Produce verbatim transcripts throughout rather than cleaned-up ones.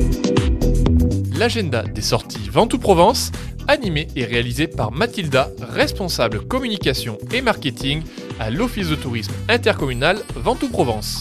L'agenda des sorties Ventoux Provence, animé et réalisé par Mathilda, responsable communication et marketing à l'Office de tourisme intercommunal Ventoux Provence.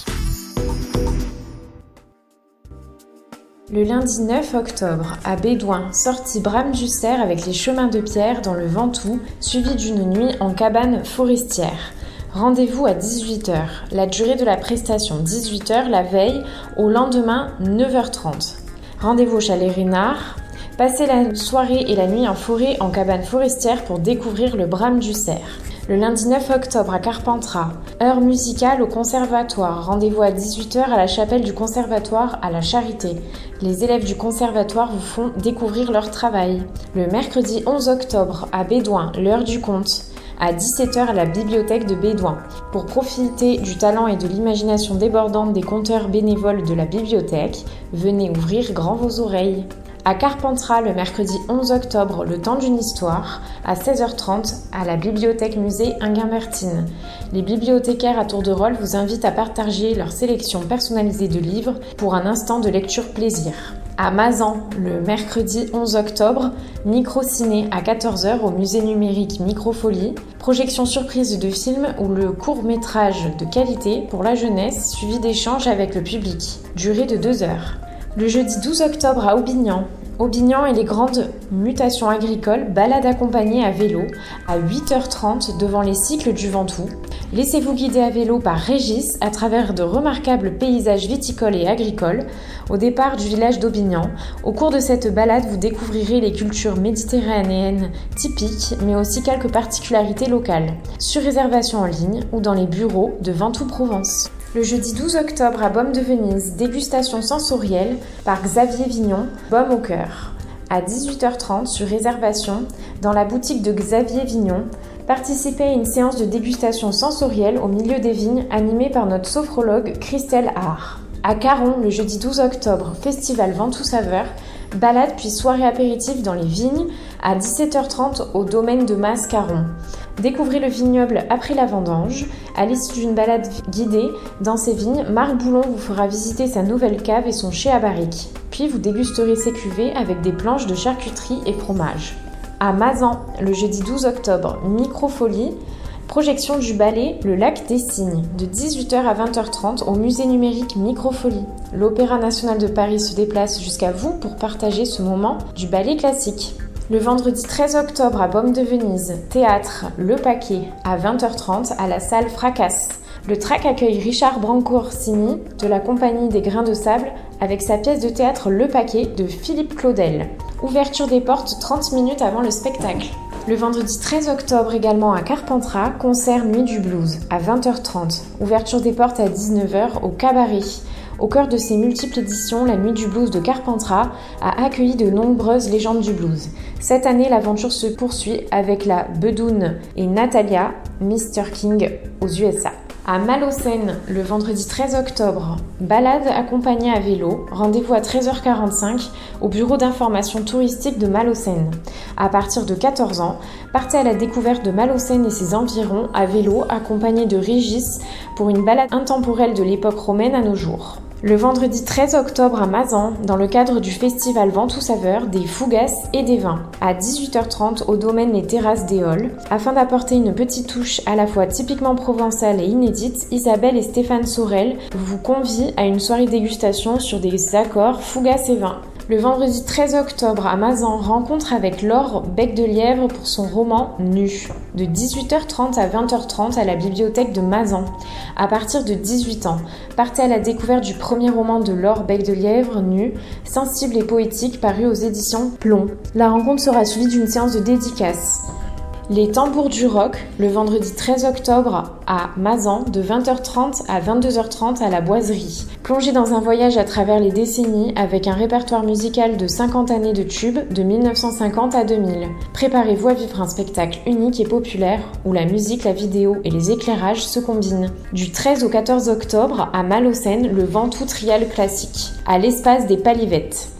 Le lundi neuf octobre, à Bédouin, sortie Bram du Cerf avec les chemins de pierre dans le Ventoux, suivi d'une nuit en cabane forestière. Rendez-vous à dix-huit heures. La durée de la prestation dix-huit heures la veille, au lendemain neuf heures trente. Rendez-vous au chalet Rénard. Passez la soirée et la nuit en forêt en cabane forestière pour découvrir le Bram du Cerf. Le lundi neuf octobre à Carpentras, heure musicale au conservatoire. Rendez-vous à dix-huit heures à la chapelle du conservatoire à la Charité. Les élèves du conservatoire vous font découvrir leur travail. Le mercredi onze octobre à Bédouin, l'heure du conte. À dix-sept heures à la bibliothèque de Bédouin. Pour profiter du talent et de l'imagination débordante des conteurs bénévoles de la bibliothèque, venez ouvrir grand vos oreilles. À Carpentras, le mercredi onze octobre, le temps d'une histoire, à seize heures trente, à la bibliothèque musée Inguin-Mertine. Les bibliothécaires à tour de rôle vous invitent à partager leur sélection personnalisée de livres pour un instant de lecture plaisir. À Mazan, le mercredi onze octobre, micro-ciné à quatorze heures au musée numérique Microfolie, projection surprise de films ou le court-métrage de qualité pour la jeunesse suivi d'échanges avec le public, durée de deux heures. Le jeudi douze octobre à Aubignan, Aubignan et les grandes mutations agricoles, balade accompagnée à vélo à huit heures trente devant les cycles du Ventoux. Laissez-vous guider à vélo par Régis à travers de remarquables paysages viticoles et agricoles au départ du village d'Aubignan. Au cours de cette balade, vous découvrirez les cultures méditerranéennes typiques, mais aussi quelques particularités locales, sur réservation en ligne ou dans les bureaux de Ventoux Provence. Le jeudi douze octobre à Baume de Venise, dégustation sensorielle par Xavier Vignon, Baume au cœur. À dix-huit heures trente, sur réservation, dans la boutique de Xavier Vignon, participez à une séance de dégustation sensorielle au milieu des vignes animée par notre sophrologue Christelle Haar. À Caron, le jeudi douze octobre, festival Ventoux Saveur, balade puis soirée apéritive dans les vignes à dix-sept heures trente au domaine de Mas Caron. Découvrez le vignoble après la vendange. À l'issue d'une balade guidée dans ces vignes, Marc Boulon vous fera visiter sa nouvelle cave et son chai à barrique. Puis vous dégusterez ses cuvées avec des planches de charcuterie et fromage. À Mazan, le jeudi douze octobre, Microfolie, projection du ballet Le Lac des Cygnes, de dix-huit heures à vingt heures trente au musée numérique Microfolie. L'Opéra national de Paris se déplace jusqu'à vous pour partager ce moment du ballet classique. Le vendredi treize octobre à Baume de Venise, théâtre Le Paquet à vingt heures trente à la salle Fracasse. Le track accueille Richard Branco-Orsini de la Compagnie des Grains de Sable avec sa pièce de théâtre Le Paquet de Philippe Claudel. Ouverture des portes trente minutes avant le spectacle. Le vendredi treize octobre également à Carpentras, concert Nuit du Blues à vingt heures trente. Ouverture des portes à dix-neuf heures au Cabaret. Au cœur de ses multiples éditions, la Nuit du Blues de Carpentras a accueilli de nombreuses légendes du blues. Cette année, l'aventure se poursuit avec la Bedoune et Natalia, mister King aux U S A. À Malaucène, le vendredi treize octobre, balade accompagnée à vélo, rendez-vous à treize heures quarante-cinq au bureau d'information touristique de Malaucène. À partir de quatorze ans, partez à la découverte de Malaucène et ses environs à vélo accompagné de Régis pour une balade intemporelle de l'époque romaine à nos jours. Le vendredi treize octobre à Mazan, dans le cadre du festival Ventoux Saveur, des fougasses et des vins. À dix-huit heures trente au domaine Les Terrasses des Halles. Afin d'apporter une petite touche à la fois typiquement provençale et inédite, Isabelle et Stéphane Sorel vous convient à une soirée dégustation sur des accords fougasses et vins. Le vendredi treize octobre à Mazan, rencontre avec Laure Bec de Lièvre pour son roman Nu. De dix-huit heures trente à vingt heures trente à la bibliothèque de Mazan. À partir de dix-huit ans, partez à la découverte du premier roman de Laure Bec de Lièvre, Nu, sensible et poétique, paru aux éditions Plomb. La rencontre sera suivie d'une séance de dédicace. Les Tambours du Rock, le vendredi treize octobre à Mazan, de vingt heures trente à vingt-deux heures trente à la Boiserie. Plongez dans un voyage à travers les décennies avec un répertoire musical de cinquante années de tubes de mille neuf cent cinquante à deux mille. Préparez-vous à vivre un spectacle unique et populaire où la musique, la vidéo et les éclairages se combinent. Du treize au quatorze octobre à Malaucène, le Ventoux Trial classique, à l'espace des Palivettes.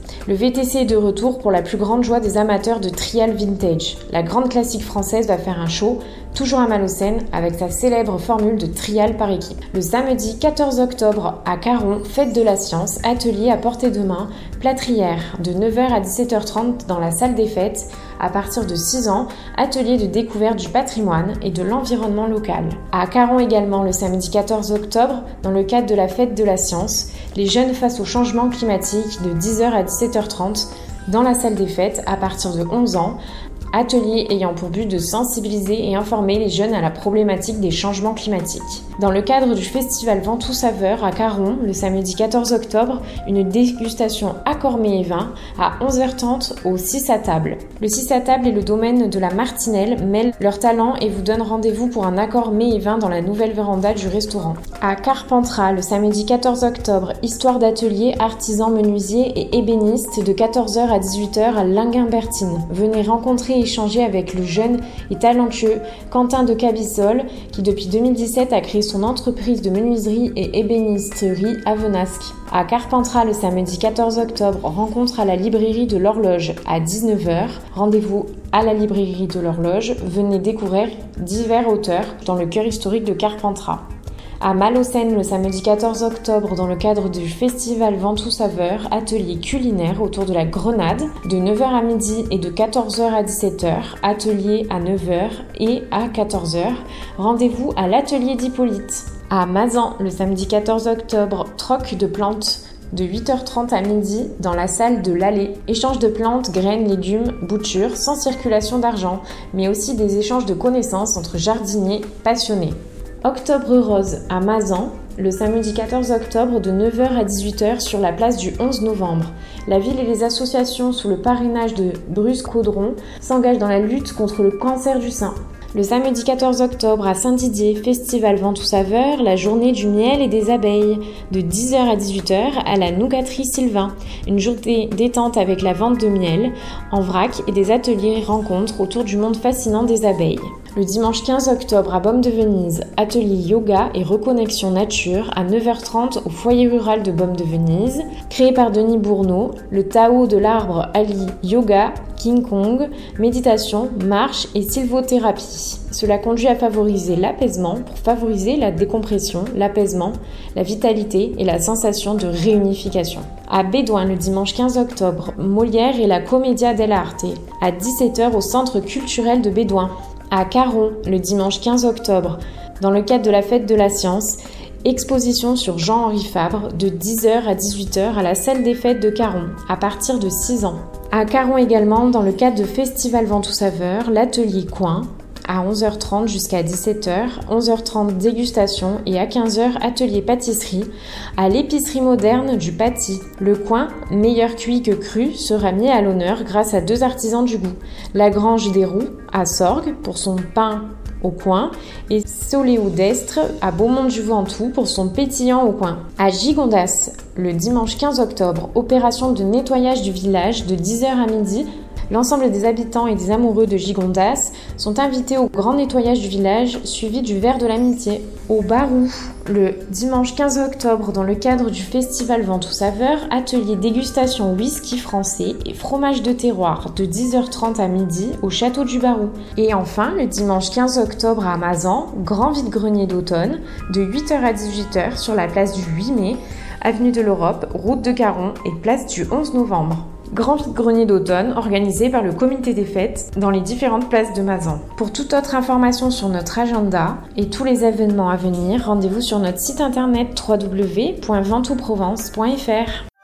Le V T C est de retour pour la plus grande joie des amateurs de trial vintage. La grande classique française va faire un show, toujours à Malaucène, avec sa célèbre formule de trial par équipe. Le samedi quatorze octobre à Caron, fête de la science, atelier à portée de main, plâtrière, de neuf heures à dix-sept heures trente dans la salle des fêtes. À partir de six ans, atelier de découverte du patrimoine et de l'environnement local. À Caron également, le samedi quatorze octobre, dans le cadre de la fête de la science, les jeunes face au changement climatique de dix heures à dix-sept heures trente dans la salle des fêtes à partir de onze ans, atelier ayant pour but de sensibiliser et informer les jeunes à la problématique des changements climatiques. Dans le cadre du festival Ventoux Saveurs à Caron, le samedi quatorze octobre, une dégustation accord mets et vin à onze heures trente au six à table. Le six à table et le domaine de la Martinelle mêlent leurs talents et vous donnent rendez-vous pour un accord mets et vin dans la nouvelle véranda du restaurant. À Carpentras, le samedi quatorze octobre, histoire d'atelier artisans menuisiers et ébénistes de quatorze heures à dix-huit heures à Linguimbertine. Venez rencontrer et échanger avec le jeune et talentueux Quentin de Cabissol qui depuis deux mille dix-sept a créé son entreprise de menuiserie et ébénisterie à Venasque. À Carpentras, le samedi quatorze octobre, rencontre à la librairie de l'Horloge à dix-neuf heures. Rendez-vous à la librairie de l'Horloge. Venez découvrir divers auteurs dans le cœur historique de Carpentras. À Malaucène, le samedi quatorze octobre, dans le cadre du festival Ventoux Saveurs, atelier culinaire autour de la grenade, de neuf heures à midi et de quatorze heures à dix-sept heures, atelier à neuf heures et à quatorze heures. Rendez-vous à l'atelier d'Hippolyte. À Mazan, le samedi quatorze octobre, troc de plantes de huit heures trente à midi dans la salle de l'Allée. Échange de plantes, graines, légumes, boutures, sans circulation d'argent, mais aussi des échanges de connaissances entre jardiniers passionnés. Octobre Rose à Mazan, le samedi quatorze octobre de neuf heures à dix-huit heures sur la place du onze novembre. La ville et les associations sous le parrainage de Bruce Caudron s'engagent dans la lutte contre le cancer du sein. Le samedi quatorze octobre à Saint-Didier, festival Ventoux Saveurs, la journée du miel et des abeilles, de dix heures à dix-huit heures à la nougaterie Sylvain. Une journée détente avec la vente de miel en vrac et des ateliers rencontres autour du monde fascinant des abeilles. Le dimanche quinze octobre à Baume de Venise, atelier yoga et reconnexion nature à neuf heures trente au foyer rural de Baume de Venise. Créé par Denis Bourneau, le Tao de l'arbre allie yoga, King Kong, méditation, marche et sylvothérapie. Cela conduit à favoriser l'apaisement pour favoriser la décompression, l'apaisement, la vitalité et la sensation de réunification. À Bédouin, le dimanche quinze octobre, Molière et la Commedia dell'arte à dix-sept heures au Centre culturel de Bédouin. À Caron, le dimanche quinze octobre, dans le cadre de la fête de la science, exposition sur Jean-Henri Fabre de dix heures à dix-huit heures à la salle des fêtes de Caron, à partir de six ans. À Caron également, dans le cadre de Festival Ventoux Saveurs, l'atelier Coin, à onze heures trente jusqu'à dix-sept heures, onze heures trente dégustation et à quinze heures atelier pâtisserie à l'épicerie moderne du Paty. Le coin, meilleur cuit que cru, sera mis à l'honneur grâce à deux artisans du goût. La Grange des Roux à Sorgues pour son pain au coin et Soléo d'Estre à Beaumont-du-Ventoux pour son pétillant au coin. À Gigondas, le dimanche quinze octobre, opération de nettoyage du village de dix heures à midi. L'ensemble des habitants et des amoureux de Gigondas sont invités au grand nettoyage du village, suivi du verre de l'amitié. Au Barou, le dimanche quinze octobre, dans le cadre du festival Ventoux Saveurs, atelier dégustation whisky français et fromage de terroir de dix heures trente à midi au château du Barou. Et enfin, le dimanche quinze octobre à Mazan, grand vide-grenier d'automne de huit heures à dix-huit heures sur la place du huit mai, avenue de l'Europe, route de Caron et place du onze novembre. Grand vide-grenier d'automne organisé par le comité des fêtes dans les différentes places de Mazan. Pour toute autre information sur notre agenda et tous les événements à venir, rendez-vous sur notre site internet w w w point ventoux provence point f r.